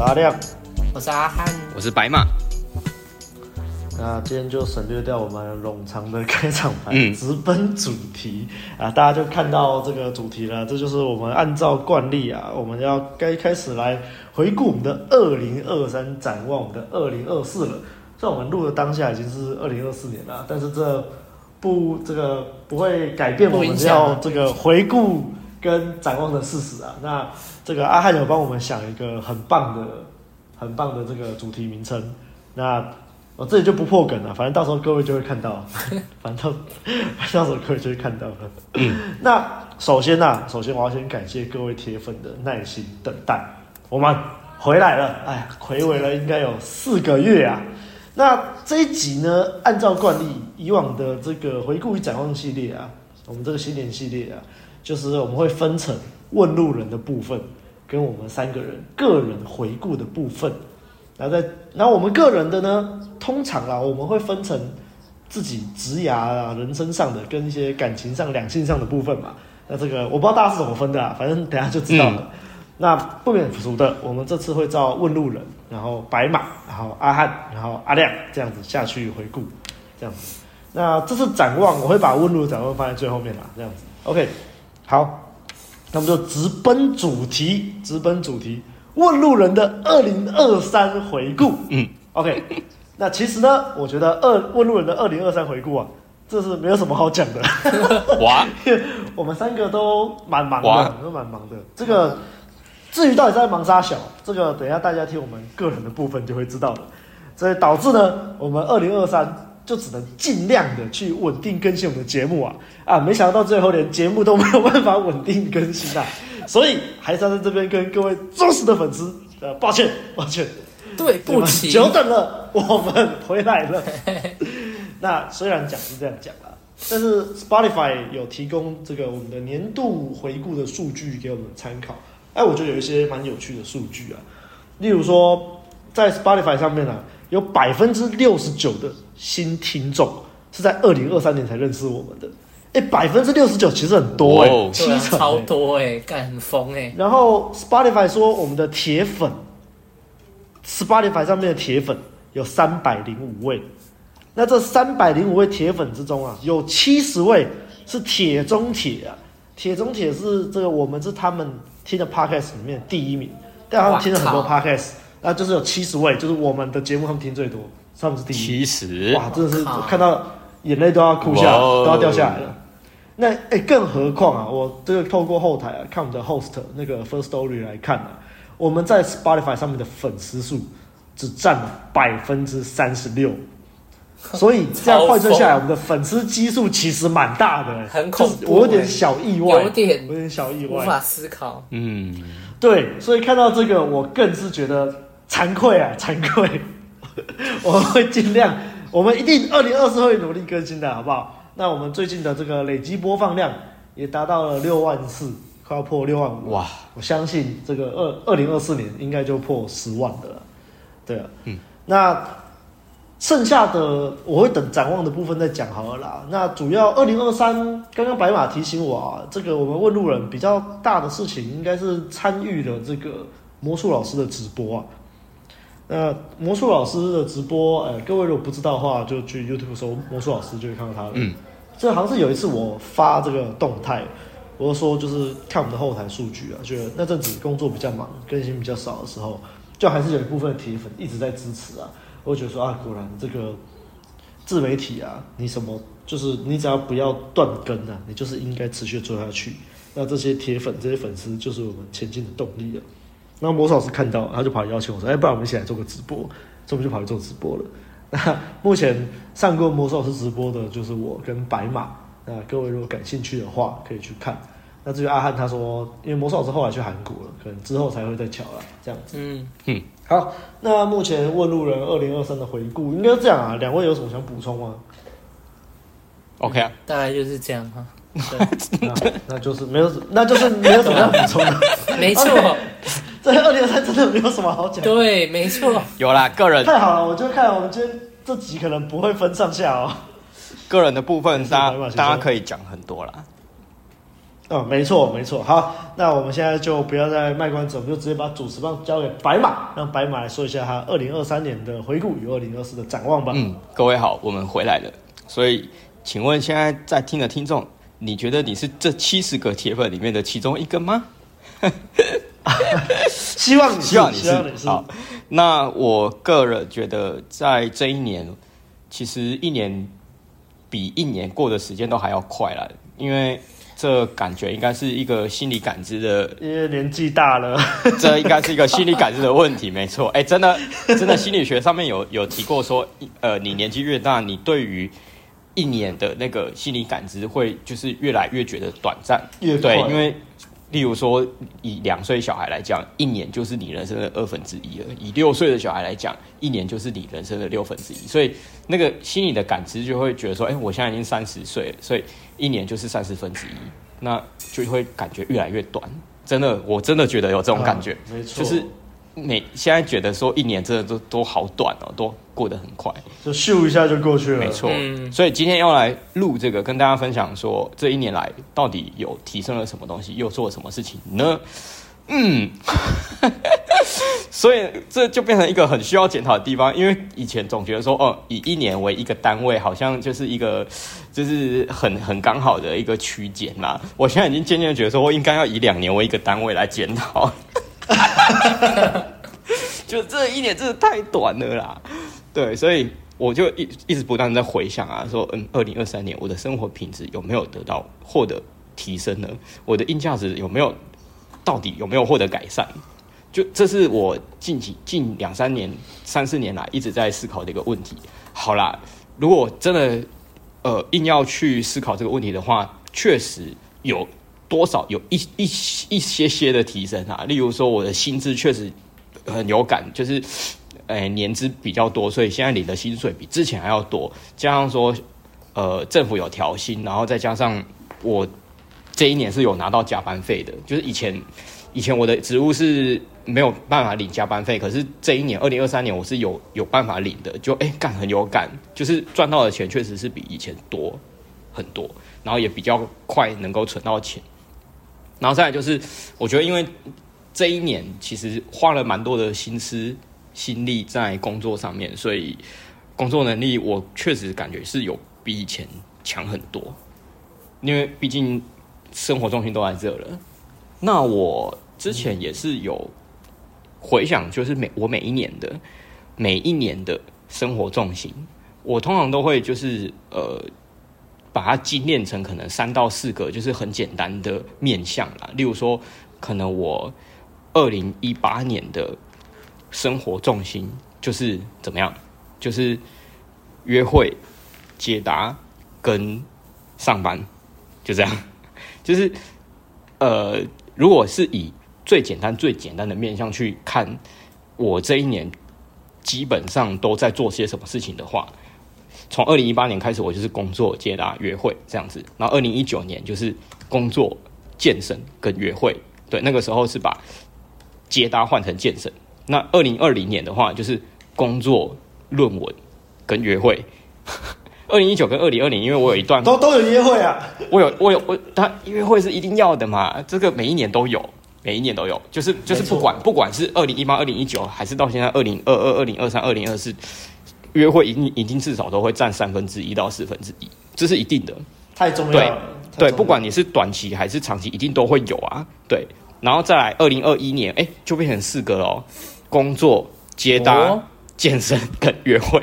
阿亮， 我是阿汉， 我是白马。 那今天就省略掉我们冗长的开场白，直奔主题啊！大家就看到这个主题了，这就是我们按照惯例啊，我们要该开始来回顾我们的2023，展望我们的2024了。虽然我们录的当下已经是2024年了，但是这不会改变我们要这个回顾跟展望的事实啊。那这个阿汉有帮我们想一个很棒的这个主题名称，那我这里就不破梗了，反正到时候各位就会看到，反正到时候各位就会看到了。那首先我要先感谢各位铁粉的耐心等待，我们回来了，睽违了应该有4个月啊。那这一集呢，按照惯例，以往的这个回顾与展望系列啊，我们这个新年系列啊，就是我们会分成问路人的部分，跟我们3个人个人回顾的部分。然后我们个人的呢，通常啦，我们会分成自己职涯啊、人生上的跟一些感情上、两性上的部分嘛。那这个我不知道大家是怎么分的啊，反正等一下就知道了。那不免俗的，我们这次会照问路人，然后白马，然后阿汉，然后阿亮这样子下去回顾，这样子。那这次展望，我会把问路的展望放在最后面啦，这样子。OK， 好，那我们就直奔主题。问路人的2023回顾，OK， 那其实呢，我觉得问路人的2023回顾啊，这是没有什么好讲的。 哇， 我们3个都蛮忙的，这个至于到底在忙啥小，这个等一下大家听我们个人的部分就会知道了。所以导致呢，我们2023就只能尽量的去稳定更新我们的节目啊，没想到最后连节目都没有办法稳定更新啊。所以还是要在这边跟各位忠实的粉丝，抱歉， 对不起， 久等了，我们回来了。那虽然讲是这样讲啦，但是 Spotify 有提供这个我们的年度回顾的数据给我们参考。我觉得有一些蛮有趣的数据啊，例如说在 Spotify 上面有69%的新听众是在2023年才认识我们的。69%其实很多 7成超多干很疯然后 Spotify 说我们的铁粉 ，Spotify 上面的铁粉有305位，那这305位铁粉之中有70位是铁中铁啊，铁中铁是这个我们是他们听的 podcast 里面的第1名，但他们听了很多 podcast， 那就是有70位，就是我们的节目他们听最多，他们是第1。 70， 哇，真的是看到眼泪都要哭下来，都要掉下来了。那更何况我这个透过后台看我们的 host 那个 First Story 来看我们在 Spotify 上面的粉丝数只占了36%，所以这样换算下来，我们的粉丝基数其实蛮大的， 很恐怖。 我有点小意外， 有点小意外， 无法思考。 对，所以看到这个，我更是觉得惭愧。我们会尽量，我们一定2024会努力更新的，好不好？那我们最近的这个累积播放量也达到了6万次，快要破6万5。哇！我相信这个2024年应该就破10万的了。对啊，那剩下的我会等展望的部分再讲好了啦。那主要2023，刚刚白马提醒我这个我们问路人比较大的事情，应该是参与了这个魔术老师的直播那魔术老师的直播，各位如果不知道的话，就去 YouTube 搜魔术老师就会看到他了。这好像是有一次我发这个动态，我说就是看我们的后台数据觉得那阵子工作比较忙，更新比较少的时候，就还是有一部分的铁粉一直在支持我就觉得说果然这个自媒体你什么就是你只要不要断更你就是应该持续做下去。那这些铁粉、这些粉丝就是我们前进的动力了。那魔术老师看到，他就跑来邀请我说：“不然我们一起来做个直播。”所以我们就跑去做直播了。那目前上过魔术老师直播的就是我跟白马。那各位如果感兴趣的话，可以去看。那至于阿汉，他说因为魔术老师后来去韩国了，可能之后才会再瞧这样子。好，那目前问路人2023的回顾应该是这样两位有什么想补充吗 ？OK 大概就是这样那就是没有什么要补充的。 没错。 这2023真的没有什么好讲。 对，没错。 有啦，个人太好了，我就看我们今天这集可能不会分上下个人的部分，大家可以讲很多啦。 没错没错。好，那我们现在就不要再卖关子，我们就直接把主持棒交给白马，让白马来说一下他2023年的回顾与2024的展望吧。 各位好，我们回来了。所以，请问现在在听的听众，你觉得你是这70个铁粉里面的其中一个吗？ 希望你是。 好，那我个人觉得，在这一年，其实一年比一年过的时间都还要快啦，因为这感觉应该是一个心理感知的， 因为年纪大了， 这应该是一个心理感知的问题，没错。真的心理学上面有提过说，你年纪越大，你对于一年的那个心理感知会就是越来越觉得短暂，对，因为例如说以2岁小孩来讲，一年就是你人生的1/2了；以6岁的小孩来讲，一年就是你人生的1/6。所以那个心理的感知就会觉得说，我现在已经30岁了，所以一年就是1/30，那就会感觉越来越短。真的，我真的觉得有这种感觉， 没错， 就是现在觉得说一年真的都好短哦，都过得很快， 就咻一下就过去了。 没错，所以今天要来录这个，跟大家分享说这一年来到底有提升了什么东西，又做了什么事情呢？所以这就变成一个很需要检讨的地方，因为以前总觉得说，以一年为一个单位，好像就是一个就是很刚好的一个区间啦。我现在已经渐渐觉得说，我应该要以2年为一个单位来检讨。就这一年真的太短了啦，对，所以我就一直不断在回想啊，说2023年我的生活品质有没有获得提升呢？我的硬价值到底有没有获得改善？就这是我近2-3年、3-4年来一直在思考的一个问题。好啦，如果真的硬要去思考这个问题的话，确实有多少有一些的提升啊。例如说，我的薪资确实很有感，就是年资比较多，所以现在领的薪水比之前还要多。加上说政府有调薪，然后再加上我这一年是有拿到加班费的，就是以前我的职务是没有办法领加班费，可是这一年2023年我是有办法领的，就很有感，就是赚到的钱确实是比以前多很多，然后也比较快能够存到钱。然后再来就是，我觉得因为这一年其实花了蛮多的心思心力在工作上面，所以工作能力我确实感觉是有比以前强很多，因为毕竟生活重心都在这了。那我之前也是有回想，就是我每一年的生活重心，我通常都会就是把它精炼成可能3到4个，就是很简单的面向啦。例如说，可能我2018年的生活重心就是怎么样，就是约会、解答跟上班，就这样。就是如果是以最简单的面向去看我这一年基本上都在做些什么事情的话，从2018年开始我就是工作、接答、约会这样子，然后2019年就是工作、健身跟约会，对，那个时候是把接答换成健身。那2020年的话就是工作、论文跟约会。2019跟2020，因为我有一段都有约会啊， 他约会是一定要的嘛，这个每一年都有，就是不管是2018、2019，还是到现在2022、2023、2024，约会一定至少都会占1/3到1/4，这是一定的， 太重要了。 对，不管你是短期还是长期，一定都会有啊。对，然后再来2021年，就变成4个咯，工作、接答、健身跟约会。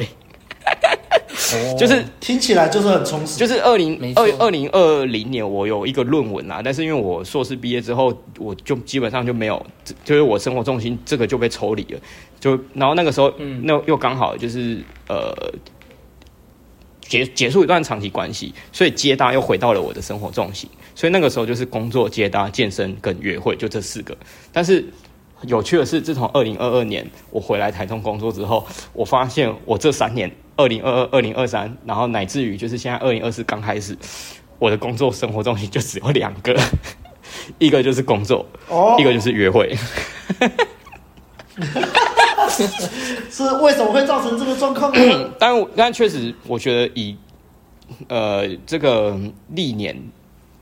就是听起来就是很充实。 就是2020年我有一个论文啊，但是因为我硕士毕业之后，我就基本上就没有，就是我生活重心这个就被抽离了。然后那个时候，那又刚好就是结束一段长期关系，所以接搭又回到了我的生活重心。所以那个时候就是工作、接搭、健身跟约会，就这4个。但是有趣的是，自从2022年我回来台中工作之后，我发现我这3年2022、2023，然后乃至于就是现在2024刚开始，我的工作生活重心就只有2个，一个就是工作，一个就是约会。 是为什么会造成这个状况呢？ 但确实，我觉得以这个历年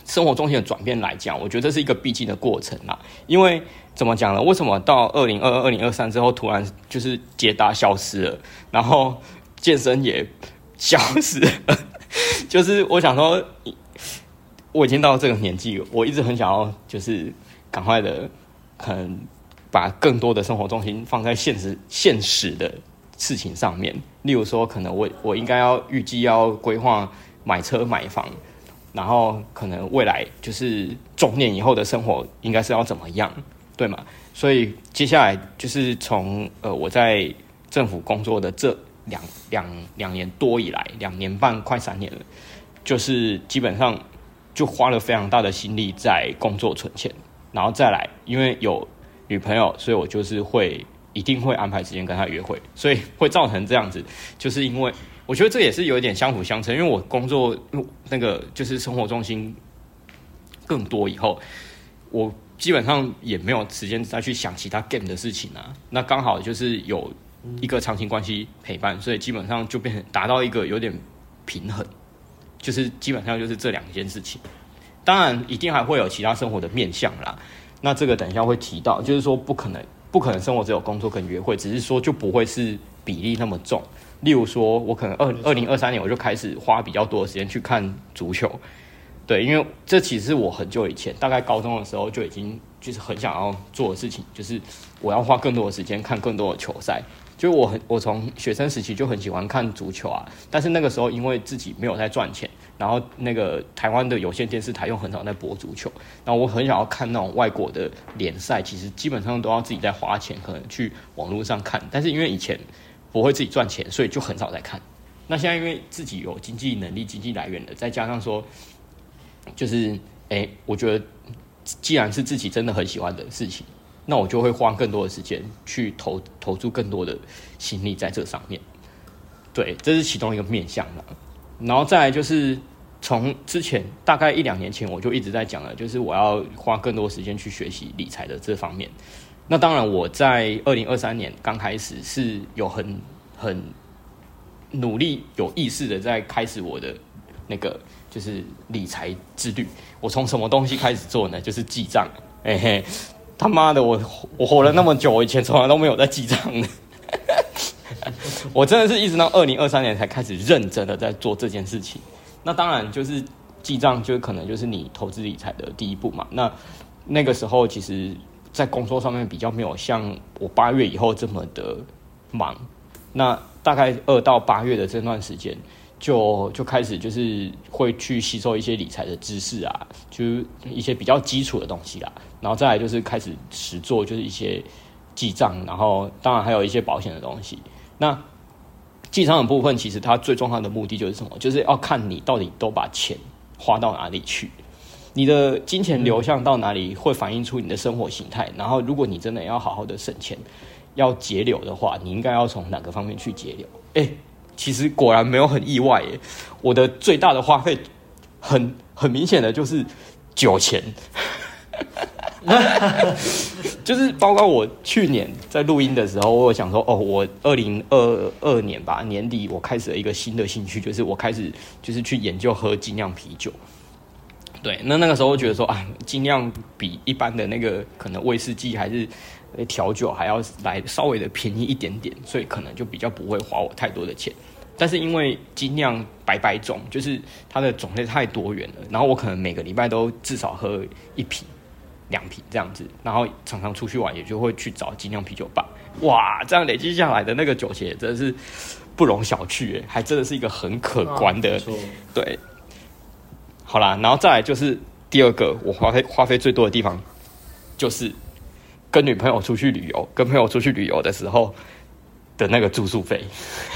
生活重心的转变来讲，我觉得这是一个必经的过程啦。因为怎么讲呢？为什么到2022、2023之后，突然就是捷达消失了，然后健身也消失了？就是我想说，我已经到这个年纪了，我一直很想要，就是赶快的，可能把更多的生活重心放在现实的事情上面。例如说，可能我应该要预计要规划买车买房，然后可能未来就是中年以后的生活应该是要怎么样，对吗？所以接下来就是从我在政府工作的这两年多以来，2年半快3年了，就是基本上就花了非常大的心力在工作存钱，然后再来因为有女朋友，所以我就是一定会安排时间跟她约会，所以会造成这样子，就是因为我觉得这也是有一点相辅相成，因为我工作那个就是生活重心更多以后，我基本上也没有时间再去想其他 game 的事情啊。那刚好就是有一个长期关系陪伴，所以基本上就变成达到一个有点平衡，就是基本上就是这2件事情。当然一定还会有其他生活的面向啦，那这个等一下会提到，就是说不可能生活只有工作跟约会，只是说就不会是比例那么重。例如说我可能2023年我就开始花比较多的时间去看足球，对，因为这其实是我很久以前大概高中的时候就已经就是很想要做的事情，就是我要花更多的时间看更多的球赛。就我从学生时期就很喜欢看足球啊，但是那个时候因为自己没有在赚钱，然后那个台湾的有线电视台又很少在播足球，然后我很想要看那种外国的联赛，其实基本上都要自己在花钱，可能去网络上看，但是因为以前不会自己赚钱，所以就很少在看。那现在因为自己有经济能力、经济来源了，再加上说，就是我觉得既然是自己真的很喜欢的事情，那我就会花更多的时间去投注更多的心力在这上面。对，这是其中一个面向啦。然后再来就是从之前大概1-2年前我就一直在讲了，就是我要花更多时间去学习理财的这方面。那当然我在2023年刚开始是有很努力有意识的在开始我的那个就是理财之旅。我从什么东西开始做呢？就是记账。他妈的，我活了那么久，我以前从来都没有在记账的。我真的是一直到2023年才开始认真的在做这件事情。那当然就是记账，就可能就是你投资理财的第一步嘛。那个时候其实，在工作上面比较没有像我8月以后这么的忙。那大概2到8月的这段时间，就开始就是会去吸收一些理财的知识啊，就是一些比较基础的东西啦。然后再来就是开始实做，就是一些记账，然后当然还有一些保险的东西。那记账的部分，其实它最重要的目的就是什么？就是要看你到底都把钱花到哪里去，你的金钱流向到哪里，会反映出你的生活形态。然后，如果你真的要好好的省钱，要节流的话，你应该要从哪个方面去节流？其实果然没有很意外耶。我的最大的花费很明显的就是酒钱。就是包括我去年在录音的时候，我有想说，我2022年吧年底，我开始了一个新的兴趣，就是我开始就是去研究喝精酿啤酒。对，那个时候觉得说精酿比一般的那个可能威士忌还是调酒还要来稍微的便宜一点点，所以可能就比较不会花我太多的钱。但是因为精酿百种，就是它的种类太多元了，然后我可能每个礼拜都至少喝1瓶2瓶这样子，然后常常出去玩也就会去找精酿啤酒吧。哇，这样累积下来的那个酒钱真的是不容小觑，还真的是一个很可观的。对，好啦，然后再来就是第二个我花费最多的地方，就是跟女朋友出去旅游，跟朋友出去旅游的时候的那个住宿费。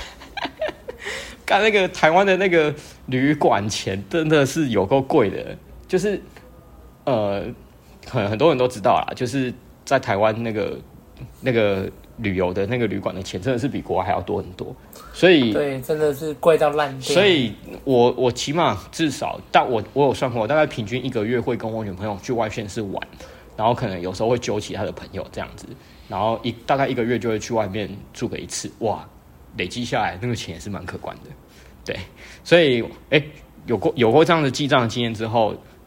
干那个台湾的那个旅馆钱真的是有够贵的，就是可能很多人都知道啦，就是在台湾那个旅游的那个旅馆的钱真的是比国外还要多很多，所以对，真的是贵到烂掉。 所以我起码至少，但我有算过，我大概平均1个月会跟我女朋友去外县市玩，然后可能有时候会揪其他的朋友这样子，然后大概1个月就会去外面住个1次，哇，累积下来那个钱也是蛮可观的。对，所以有过这样的记账的经验之后，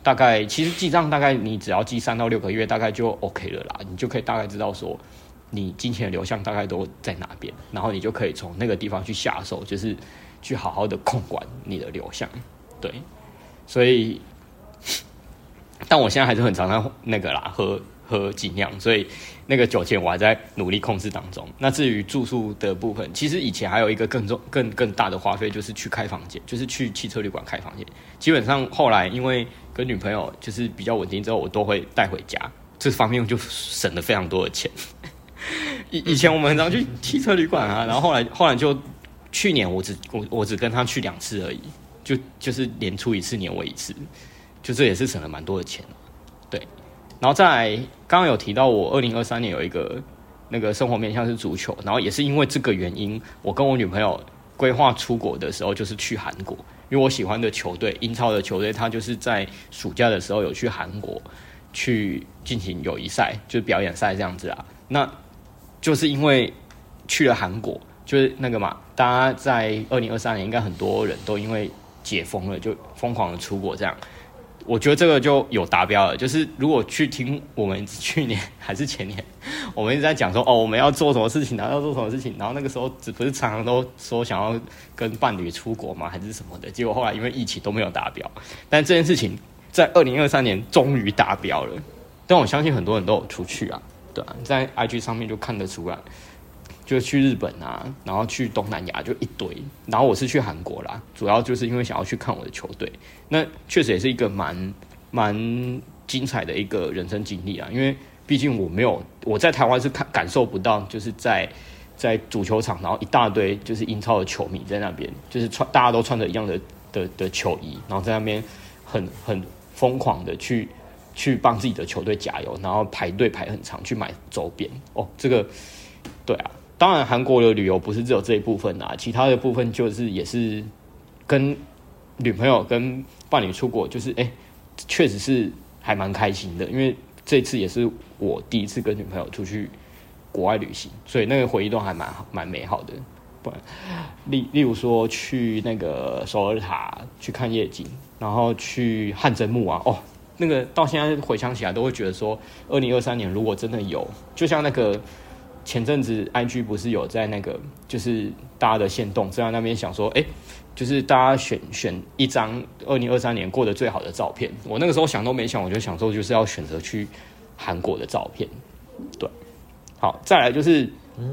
大概其实记账大概你只要记3到6个月，大概就 OK 了啦，你就可以大概知道说你金钱的流向大概都在哪边，然后你就可以从那个地方去下手，就是去好好的控管你的流向。对，所以但我现在还是很常常那个啦，喝精酿，所以那个酒钱我还在努力控制当中。那至于住宿的部分，其实以前还有一个更大的花费，就是去开房间，就是去汽车旅馆开房间。基本上后来因为跟女朋友就是比较稳定之后，我都会带回家，这方面就省了非常多的钱。以前我们很常去汽车旅馆啊，然后后来就去年我只跟他去2次而已，就是年初1次，年尾1次，就这也是省了蛮多的钱。对。然后再来，刚刚有提到我2023年有一个那个生活面向是足球，然后也是因为这个原因，我跟我女朋友规划出国的时候就是去韩国，因为我喜欢的球队英超的球队，他就是在暑假的时候有去韩国去进行友谊赛，就是表演赛这样子啦。那就是因为去了韩国，就是那个嘛，大家在2023年应该很多人都因为解封了，就疯狂的出国这样。我觉得这个就有达标了，就是如果去听我们去年还是前年，我们一直在讲说我们要做什么事情，然后要做什么事情，然后那个时候不是常常都说想要跟伴侣出国嘛，还是什么的，结果后来因为疫情都没有达标。但这件事情在2023年终于达标了，但我相信很多人都有出去啊，对啊，在 IG 上面就看得出来。就去日本啊，然后去东南亚就一堆，然后我是去韩国啦，主要就是因为想要去看我的球队，那确实也是一个蛮精彩的一个人生经历啊，因为毕竟我在台湾是感受不到，就是在足球场，然后一大堆就是英超的球迷在那边，就是大家都穿着一样的球衣，然后在那边很疯狂的去帮自己的球队加油，然后排队排很长去买周边这个对啊。当然，韩国的旅游不是只有这一部分啊，其他的部分就是也是跟女朋友跟伴侣出国，就是确实是还蛮开心的，因为这次也是我第一次跟女朋友出去国外旅行，所以那个回忆都还蛮美好的。不然，例如说去那个首尔塔去看夜景，然后去汗蒸木啊，那个到现在回想起来都会觉得说，2023年如果真的有，就像那个。前阵子 IG 不是有在那个就是大家的限动在那边想说就是大家选一张2023年过得最好的照片，我那个时候想都没想，我就想说就是要选择去韩国的照片。对，好，再来就是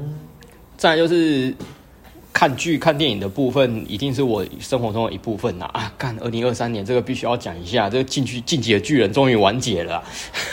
看剧看电影的部分一定是我生活中的一部分啊干2023年这个必须要讲一下，这个进击的巨人终于完结了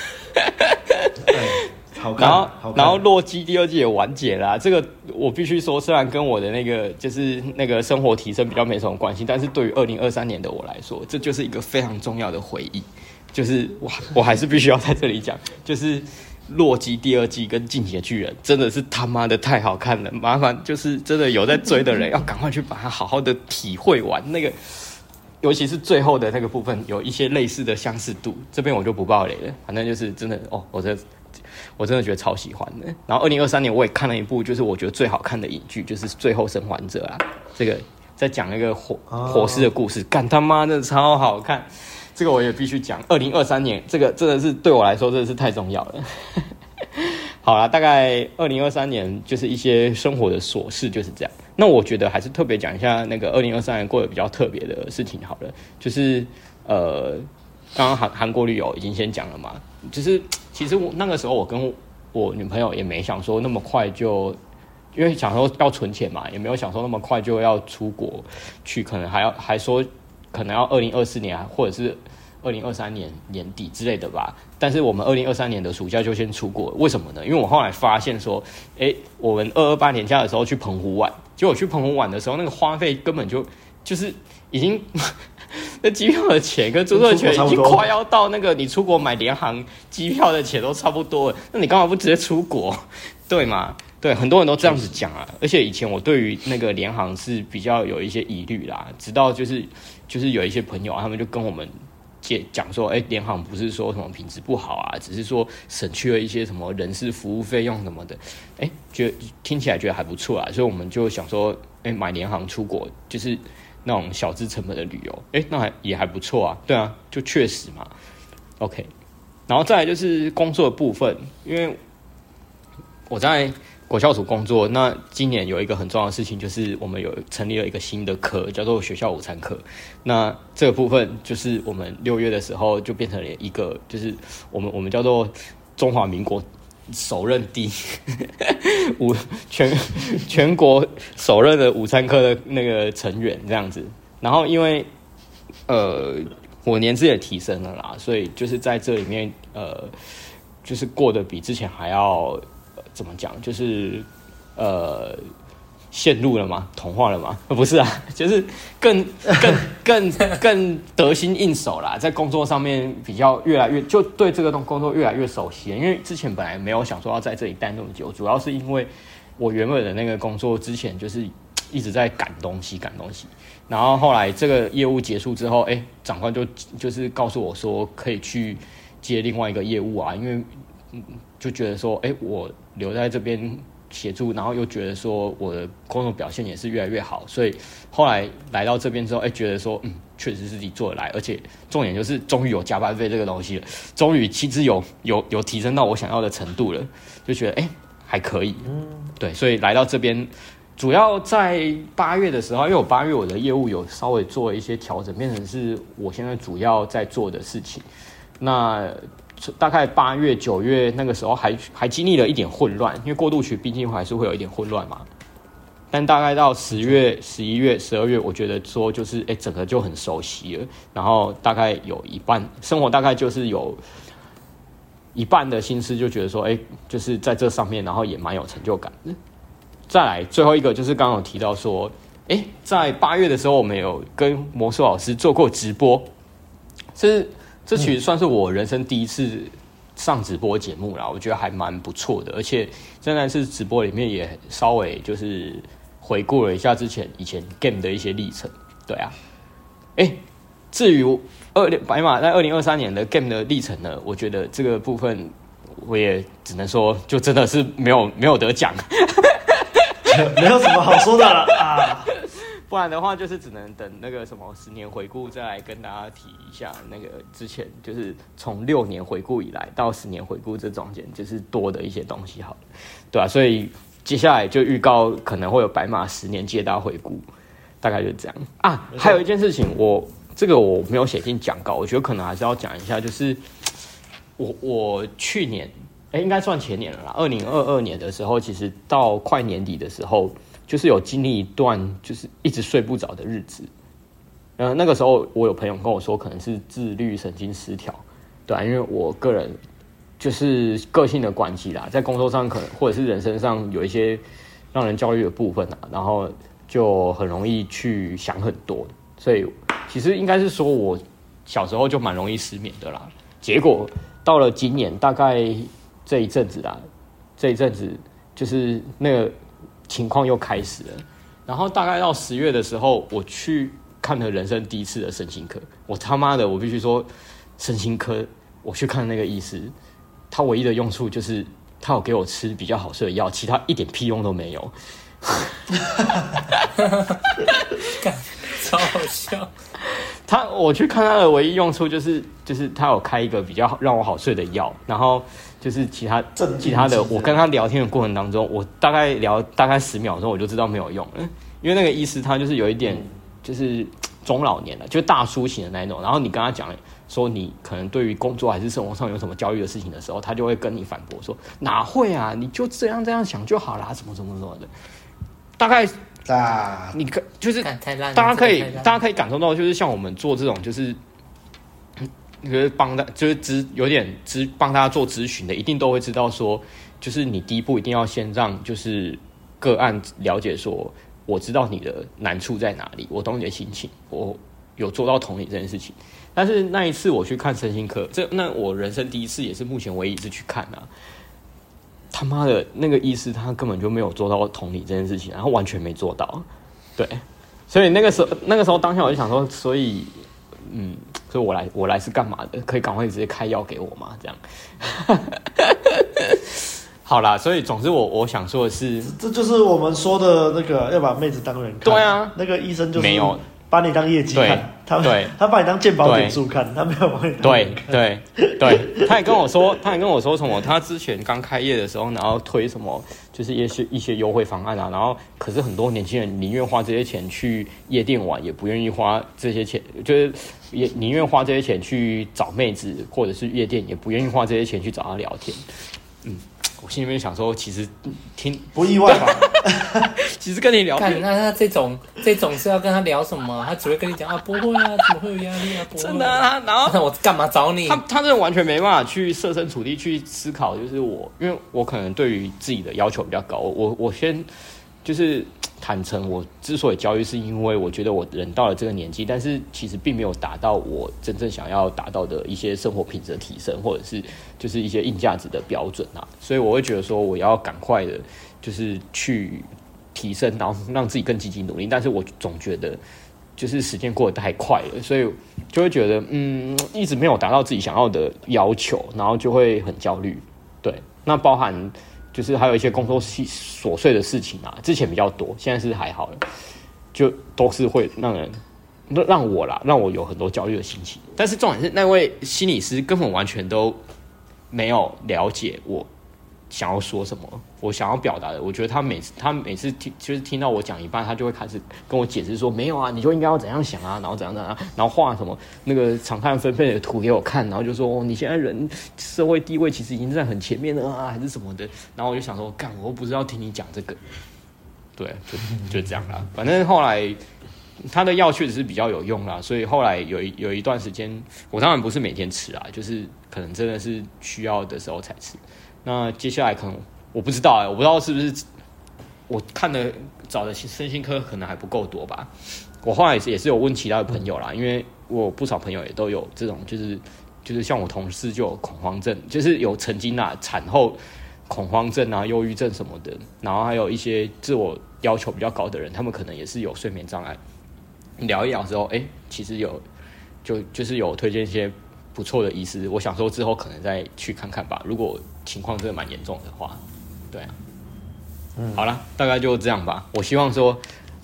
然后洛基第2季也完结了这个我必须说，虽然跟我的那个就是那个生活提升比较没什么关系，但是对于2023年的我来说，这就是一个非常重要的回忆。就是我还是必须要在这里讲，就是洛基第2季跟进击的巨人真的是他妈的太好看了，麻烦就是真的有在追的人要赶快去把它好好的体会完那个。尤其是最后的那个部分有一些类似的相似度，这边我就不爆雷了，反正就是真的我真的觉得超喜欢的。然后2023年我也看了一部，就是我觉得最好看的影剧，就是《最后生还者》啊。这个在讲那个火狮的故事，干他妈的超好看。这个我也必须讲。2023年这个真的是对我来说真的是太重要了。好啦，大概2023年就是一些生活的琐事就是这样。那我觉得还是特别讲一下那个2023年过得比较特别的事情好了，就是刚刚韩国旅游已经先讲了嘛，就是其实我那个时候我跟我女朋友也没想说那么快就，因为想说要存钱嘛，也没有想说那么快就要出国去，可能还说可能要2024年或者是2023年年底之类的吧。但是我们2023年的暑假就先出国，为什么呢？因为我后来发现说，我们228年假的时候去澎湖玩，结果去澎湖玩的时候，那个花费根本就是已经那机票的钱跟住宿的钱已经快要到那个你出国买联航机票的钱都差不多了，那你干嘛不直接出国？对吗？对，很多人都这样子讲啊。而且以前我对于那个联航是比较有一些疑虑啦，直到就是有一些朋友他们就跟我们讲说，联航不是说什么品质不好啊，只是说省去了一些什么人事服务费用什么的，觉得听起来觉得还不错啊，所以我们就想说，买联航出国就是那种小资成本的旅游，那也还不错啊。对啊，就确实嘛。OK， 然后再来就是工作的部分，因为我在国教组工作，那今年有一个很重要的事情，就是我们有成立了一个新的课，叫做学校午餐课。那这个部分就是我们6月的时候就变成了一个，就是我们叫做中华民国首任全国首任的午餐课的那个成员这样子。然后因为我年资也提升了啦，所以就是在这里面就是过得比之前还要怎么讲，就是陷入了吗？同化了吗？不是啊，就是更得心应手啦，在工作上面比较越来越就对这个工作越来越熟悉了。因为之前本来没有想说要在这里待那么久，主要是因为我原本的那个工作之前就是一直在赶东西，然后后来这个业务结束之后，长官就是告诉我说可以去接另外一个业务啊，因为就觉得说，我留在这边协助，然后又觉得说我的工作表现也是越来越好，所以后来来到这边之后，觉得说，确实是自己做得来，而且重点就是终于有加班费这个东西了，终于薪资有提升到我想要的程度了，就觉得还可以，对，所以来到这边。主要在8月的时候，因为我8月我的业务有稍微做一些调整，变成是我现在主要在做的事情。那大概8月、9月那个时候还经历了一点混乱，因为过渡期毕竟还是会有一点混乱嘛。但大概到10月、11月、12月，我觉得说就是整个就很熟悉了，然后大概有一半生活大概就是有一半的心思就觉得说就是在这上面，然后也蛮有成就感的。再来最后一个就是刚刚有提到说，在8月的时候，我们有跟魔术老师做过直播，这其实算是我人生第一次上直播节目啦，我觉得还蛮不错的，而且在那次直播里面也稍微就是回顾了一下以前 game 的一些历程，对啊，至于白马在2023年的 game 的历程呢，我觉得这个部分我也只能说，就真的是没有得奖。 没有什么好说的了啊， 不然的话就是只能等那个什么10年回顾再来跟大家提一下那个之前就是从6年回顾以来到10年回顾这中间就是多的一些东西好了，对吧？所以接下来就预告可能会有白马10年皆大回顾，大概就这样啊。还有一件事情，这个我没有写进讲稿，我觉得可能还是要讲一下，就是我去年。应该算前年了啦。2022年的时候，其实到快年底的时候，就是有经历一段就是一直睡不着的日子。那个时候我有朋友跟我说，可能是自律神经失调，对啊，因为我个人就是个性的关系啦，在工作上可能或者是人生上有一些让人焦虑的部分啊，然后就很容易去想很多，所以其实应该是说我小时候就蛮容易失眠的啦。结果到了今年大概。这一阵子就是那个情况又开始了，然后大概到10月的时候，我去看了人生第一次的身心科。我他妈的，我必须说，身心科我去看那个医师，他唯一的用处就是他有给我吃比较好睡的药，其他一点屁用都没有。 超好笑。 我去看他的唯一用处就是他有开一个比较让我好睡的药，然后就是其他的，我跟他聊天的过程当中，我大概10秒钟我就知道没有用了，因为那个医师他就是有一点就是中老年了，就大叔型的那一种，然后你跟他讲说你可能对于工作还是生活上有什么焦虑的事情的时候，他就会跟你反驳说哪会啊，你就这样想就好啦，什么的，大概。你就是大家可以感受到，就是像我们做这种，就是帮大家做咨询的，一定都会知道说，就是你第一步一定要先让就是个案了解说，我知道你的难处在哪里，我懂你的心情，我有做到同理这件事情。但是那一次我去看身心科，那我人生第一次，也是目前唯一一次去看啊。他妈的，那个医师他根本就没有做到同理这件事情，然后完全没做到，对，所以那个时候当下我就想说，所以我来是干嘛的？可以赶快直接开药给我吗？这样，好啦，所以总之我想说的是， 这就是我们说的那个要把妹子当人看。 对啊， 那个医生就是没有把你当业绩看，他把你当健保点数看，他没有把你当对，他也跟我说什么，他之前刚开业的时候，然后推什么就是一些优惠方案啊，然后可是很多年轻人宁愿花这些钱去夜店玩，也不愿意花这些钱，就是也宁愿花这些钱去找妹子或者是夜店，也不愿意花这些钱去找他聊天。我心里面想说，其实听不意外吧？ 其实跟你聊天， 那他这种是要跟他聊什么？他只会跟你讲啊，不会啊，怎么会有压力啊？不会啊， 真的啊，然后我干嘛找你？ 他真的完全没办法去设身处地去思考，就是因为我可能对于自己的要求比较高，我先就是坦诚，我之所以焦虑，是因为我觉得我人到了这个年纪，但是其实并没有达到我真正想要达到的一些生活品质的提升，或者是就是一些硬价值的标准啊，所以我会觉得说我要赶快的，就是去提升，然后让自己更积极努力。但是我总觉得就是时间过得太快了，所以就会觉得一直没有达到自己想要的要求，然后就会很焦虑。对，那包含就是还有一些工作琐碎的事情啊，之前比较多，现在是还好了，就都是会让我有很多焦虑的心情。但是重点是那位心理师根本完全都没有了解我想要说什么，我想要表达的。我觉得他每次听到我讲一半，他就会开始跟我解释说，没有啊，你就应该要怎样想啊，然后怎样，然后画什么那个常态分配的图给我看，然后就说你现在人社会地位其实已经在很前面了啊，还是什么的。然后我就想说，干，我又不是要听你讲这个，对，就这样啦。反正后来他的药确实是比较有用啦，所以后来有一段时间，我当然不是每天吃啊，就是可能真的是需要的时候才吃。那接下来可能我不知道我不知道是不是我看的找的身心科可能还不够多吧。我后来也是有问其他的朋友啦，因为我有不少朋友也都有这种，就是像我同事就有恐慌症，就是有曾经产后恐慌症啊、忧郁症什么的，然后还有一些自我要求比较高的人，他们可能也是有睡眠障碍。聊一聊之后，其实就是有推荐一些不错的医师，我想说之后可能再去看看吧。如果情况真的蛮严重的话，对啊，好啦，大概就这样吧。我希望说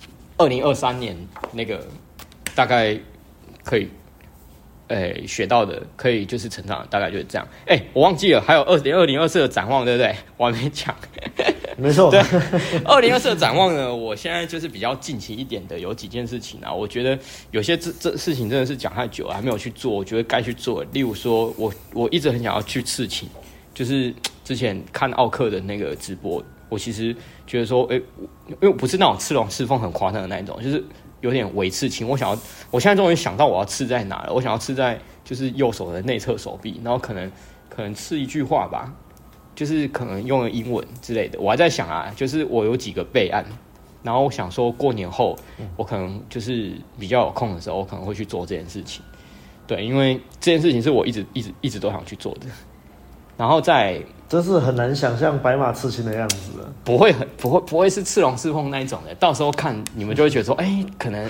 ，2023年那个大概可以，学到的可以就是成长的，大概就是这样。我忘记了，还有2024的展望，对不对？我还没讲。 没错， 对，2024的展望呢，我现在就是比较近期一点的，有几件事情啊，我觉得有些这事情真的是讲太久了，还没有去做，我觉得该去做。例如说，我一直很想要去刺青，就是之前看奥克的那个直播，我其实觉得说，因为我不是那种刺龙刺凤很夸张的那一种，就是有点微刺青。我现在终于想到我要刺在哪了，我想要刺在就是右手的内侧手臂，然后可能刺一句话吧。就是可能用了英文之类的，我还在想啊，就是我有几个备案，然后我想说过年后，我可能就是比较有空的时候，我可能会去做这件事情。对，因为这件事情是我一直都想去做的。然后真是很难想象白马刺青的样子了， 不会是刺龙刺凤那一种的，到时候看你们就会觉得说，可能，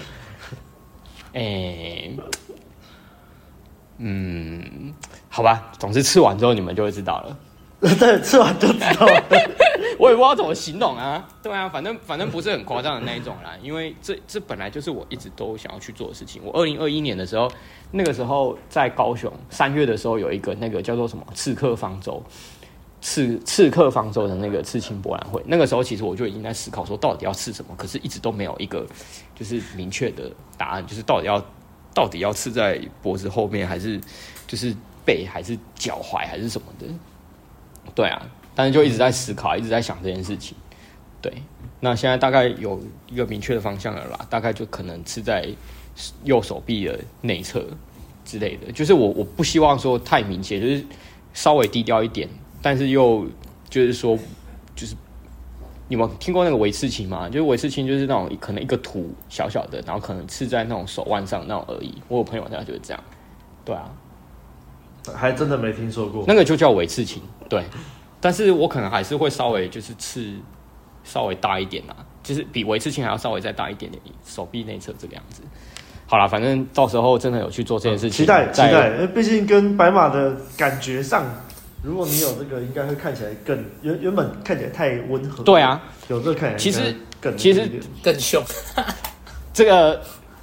好吧，总之刺完之后你们就会知道了。 对，吃完就知道了。 我也不知道怎么形容啊。对啊，反正不是很夸张的那一种啦。因为这本来就是我一直都想要去做的事情。我2021年的时候，那个时候在高雄3月的时候有一个那个叫做什么刺客方舟的那个刺青博览会。那个时候其实我就已经在思考说到底要刺什么，可是一直都没有一个就是明确的答案，就是到底要刺在脖子后面，还是就是背，还是脚踝，还是什么的。对啊，但是就一直在思考，一直在想这件事情。对，那现在大概有一个明确的方向了啦，大概就可能刺在右手臂的内侧之类的。就是我不希望说太明显，就是稍微低调一点，但是又就是说，就是你们听过那个微刺青吗？就是微刺青就是那种可能一个图小小的，然后可能刺在那种手腕上那种而已。我有朋友他就是这样，对啊。 还真的没听说过， 那个就叫微刺青，对。但是我可能还是会稍微就是刺稍微大一点啦，就是比微刺青还要稍微再大一点点，手臂内侧这个样子。好啦，反正到时候真的有去做这件事情， 期待，毕竟跟白马的感觉上，如果你有这个，应该会看起来更原本看起来太温和。 对啊， 有这个看起来其实更凶。 这个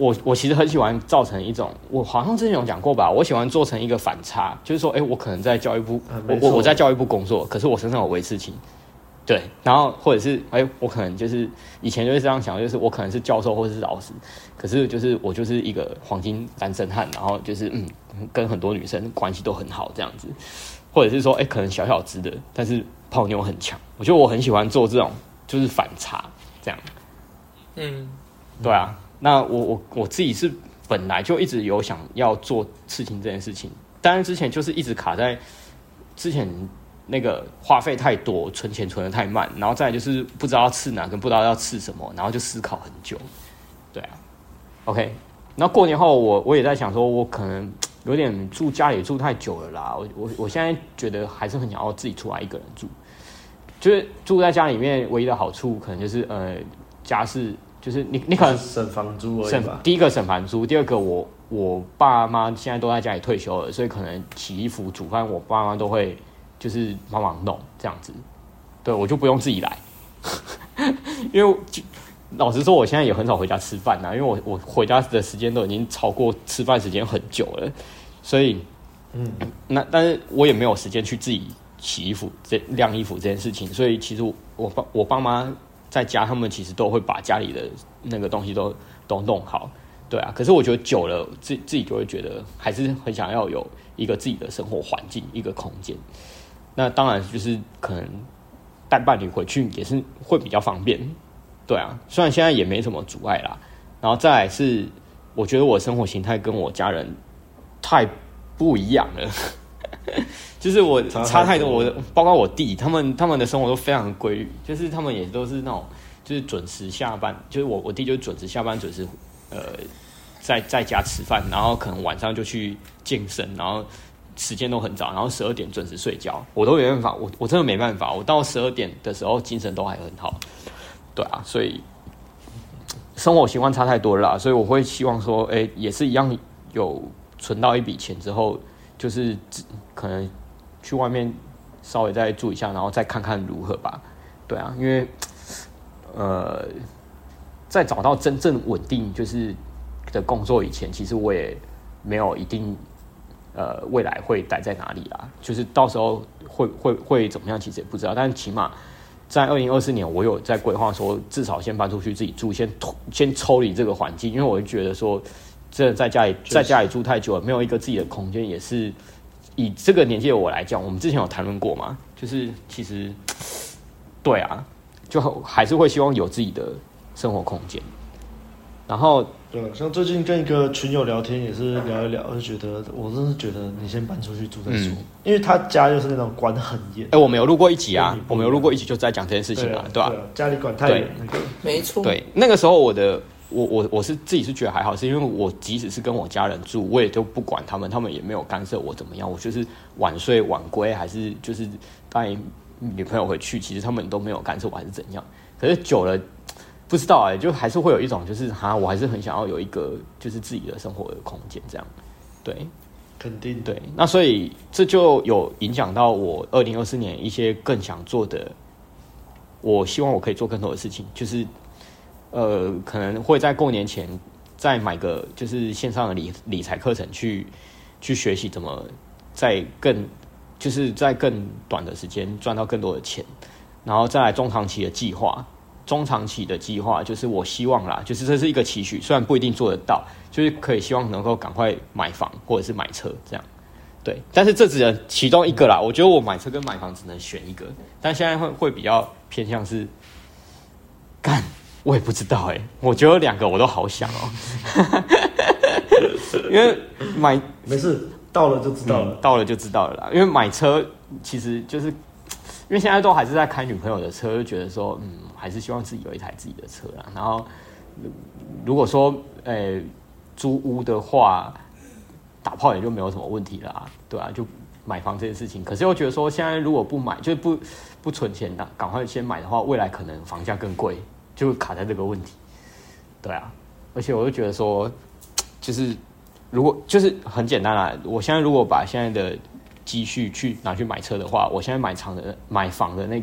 我其实很喜欢造成一种，我好像之前有讲过吧，我喜欢做成一个反差，就是说，我可能在教育部，我在教育部工作，可是我身上有维持情，对，然后或者是我可能就是以前就是这样想，就是我可能是教授或者是老师，可是就是我就是一个黄金单身汉，然后就是跟很多女生关系都很好这样子，或者是说可能小小只的，但是泡妞很强，我觉得我很喜欢做这种就是反差这样，对啊。那我自己是本来就一直有想要做刺青这件事情，但是之前就是一直卡在之前那个花费太多，存钱存得太慢，然后再来就是不知道要刺哪跟不知道要刺什么，然后就思考很久。对啊 ，OK。然后过年后我也在想说，我可能有点住家里住太久了啦。我现在觉得还是很想要自己出来一个人住，就是住在家里面唯一的好处可能就是家事。就是你可能省房租而已吧。 第一个省房租，第二个我爸妈现在都在家里退休了，所以可能洗衣服、煮饭，我爸妈都会就是帮忙弄这样子。对，我就不用自己来，因为老实说，我现在也很少回家吃饭啦，因为我回家的时间都已经超过吃饭时间很久了，所以但是我也没有时间去自己洗衣服、晾衣服这件事情，所以其实我爸妈。在家，他们其实都会把家里的那个东西都弄好，对啊。可是我觉得久了，自己就会觉得还是很想要有一个自己的生活环境，一个空间。那当然就是可能带伴侣回去也是会比较方便，对啊。虽然现在也没什么阻碍啦，然后再来是，我觉得我生活形态跟我家人太不一样了。就是我差太多，包括我弟，他们的生活都非常的规律，就是他们也都是那种，就是准时下班，就是我弟就是准时下班，准时在家吃饭，然后可能晚上就去健身，然后时间都很早，然后12点准时睡觉，我都没办法，我真的没办法，我到12点的时候精神都还很好，对啊，所以生活习惯差太多了啦，所以我会希望说，也是一样有存到一笔钱之后。就是可能去外面稍微再住一下，然后再看看如何吧。对啊，因为在找到真正稳定就是的工作以前，其实我也没有一定未来会待在哪里啦。就是到时候会怎么样，其实也不知道。但是起码在2024年，我有在规划说，至少先搬出去自己住，先抽离这个环境，因为我会觉得说。这在家里住太久了，没有一个自己的空间，也是以这个年纪的我来讲，我们之前有谈论过嘛，就是其实对啊，就还是会希望有自己的生活空间。然后对，像最近跟一个群友聊天也是聊一聊，就觉得我真是觉得你先搬出去住再说，因为他家就是那种管很严。 我们有录过一集啊，我们有录过一集就在讲这件事情嘛，对吧？ 家里管太严那个， 没错。 对，那个时候我是自己是觉得还好，是因为我即使是跟我家人住，我也就不管他们也没有干涉我怎么样，我就是晚睡晚归，还是就是带女朋友回去，其实他们都没有干涉我，还是怎样。可是久了，不知道就还是会有一种就是我还是很想要有一个就是自己的生活的空间这样，对， 肯定对。那所以这就有影响到我2024年一些更想做的，我希望我可以做更多的事情，就是。可能会在过年前再买个就是线上的理财课程去学习怎么在更短的时间赚到更多的钱，然后再来中长期的计划。中长期的计划就是我希望啦，就是这是一个期许，虽然不一定做得到，就是可以希望能够赶快买房或者是买车这样。对，但是这只能其中一个啦。我觉得我买车跟买房只能选一个，但现在会比较偏向是干。我也不知道我觉得2个我都好想因为没事，到了就知道了， 到了就知道了啦。因为买车其实就是因为现在都还是在开女朋友的车，就觉得说还是希望自己有一台自己的车啦。然后如果说租屋的话，打炮也就没有什么问题啦，对啊，就买房这件事情。可是又觉得说现在如果不买，就是不存钱的，赶快先买的话，未来可能房价更贵。就卡在这个问题，对啊，而且我就觉得说，就是如果就是很简单啦，我现在如果把现在的积蓄拿去买车的话，我现在买房的那个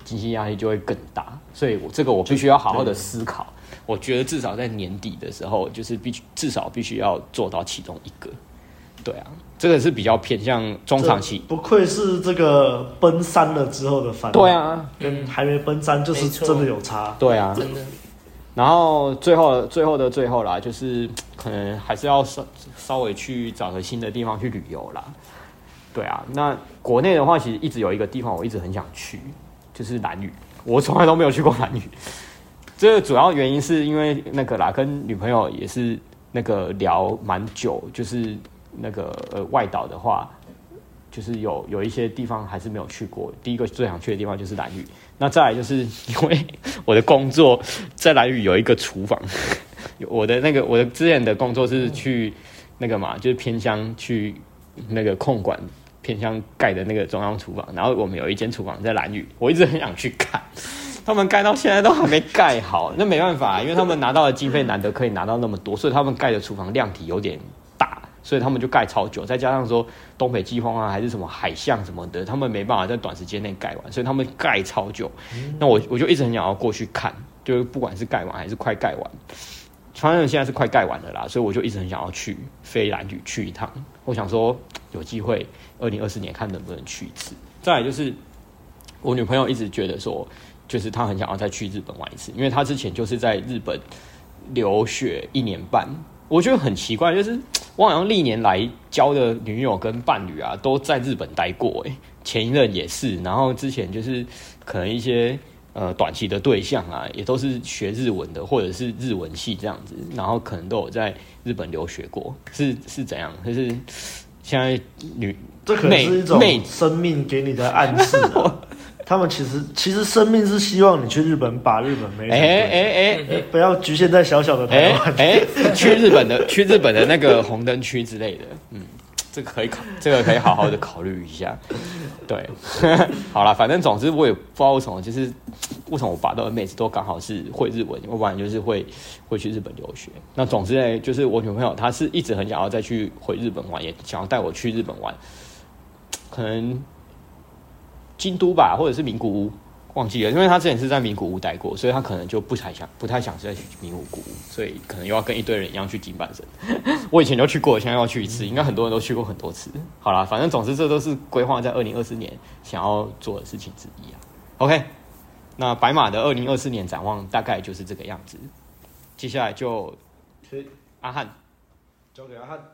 经济压力就会更大，所以我必须要好好的思考。我觉得至少在年底的时候，就是至少必须要做到其中一个。对啊，这个是比较偏向中长期。 不愧是这个奔三了之后的烦恼。 对啊， 跟还没奔三就是真的有差。 对啊， 真的。 然后最后的最后啦，就是可能还是要稍微去找个新的地方去旅游啦。对啊，那国内的话，其实一直有一个地方我一直很想去，就是兰屿。我从来都没有去过兰屿。这个主要原因是因为那个啦，跟女朋友也是那个聊蛮久，就是那个外岛的话，就是有一些地方还是没有去过。第一个最想去的地方就是兰屿，那再来就是因为我的工作在兰屿有一个厨房，我的之前的工作是去那个嘛，就是偏乡去那个控管偏乡盖的那个中央厨房，然后我们有一间厨房在兰屿，我一直很想去看。他们盖到现在都还没盖好，那没办法，因为他们拿到的经费难得可以拿到那么多，所以他们盖的厨房量体有点大，所以他们就盖超久。再加上说东北季风啊，还是什么海象什么的，他们没办法在短时间内盖完，所以他们盖超久。那我就一直很想要过去看，就是不管是盖完还是快盖完，反正现在是快盖完了啦，所以我就一直很想要去飞兰屿去一趟。我想说有机会2024年看能不能去一次。再来就是我女朋友一直觉得说，就是她很想要再去日本玩一次，因为她之前就是在日本留学1年半。我觉得很奇怪，就是我好像历年来交的女友跟伴侣啊，都在日本待过，前一任也是，然后之前就是可能一些短期的对象啊，也都是学日文的，或者是日文系这样子，然后可能都有在日本留学过，是怎样？就是现在这可能是一种生命给你的暗示啊。他们其实生命是希望你去日本把日本美不要局限在小小的台湾。 去日本的那个红灯区之类的，这个可以好好的考虑一下。对，好啦，反正总之我也不知道为什么，就是为什么我把到的妹子都刚好是会日文，要不然就是会去日本留学。那总之呢，就是我女朋友她是一直很想要再去回日本玩，也想要带我去日本玩，可能京都吧，或者是名古屋，忘记了，因为他之前是在名古屋待过，所以他可能就不太想再去名古屋，所以可能又要跟一堆人一样去金板神。我以前就去过，现在要去一次，应该很多人都去过很多次。好啦，反正总之这都是规划在2024年想要做的事情之一啊。OK， 那白马的2024年展望大概就是这个样子。接下来就阿汉， 交给阿汉。